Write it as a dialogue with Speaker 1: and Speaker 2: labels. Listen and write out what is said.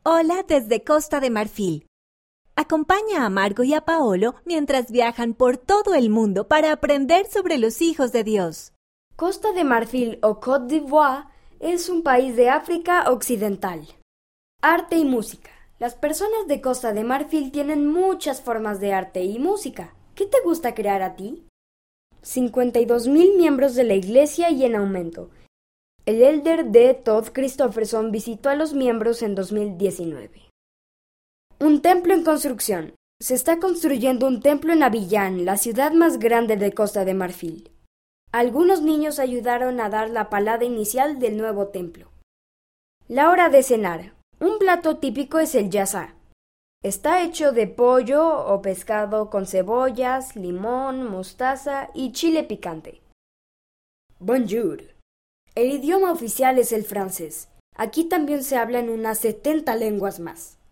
Speaker 1: Hola desde Costa de Marfil. Acompaña a Margo y a Paolo mientras viajan por todo el mundo para aprender sobre los hijos de Dios.
Speaker 2: Costa de Marfil o Côte d'Ivoire es un país de África Occidental. Arte y música. Las personas de Costa de Marfil tienen muchas formas de arte y música. ¿Qué te gusta crear a ti? 52.000 miembros de la iglesia y en aumento. El elder D. Todd Christofferson visitó a los miembros en 2019. Un templo en construcción. Se está construyendo un templo en Abiyán, la ciudad más grande de Costa de Marfil. Algunos niños ayudaron a dar la palada inicial del nuevo templo. La hora de cenar. Un plato típico es el yassa. Está hecho de pollo o pescado con cebollas, limón, mostaza y chile picante. Bonjour. El idioma oficial es el francés. Aquí también se habla en unas 70 lenguas más.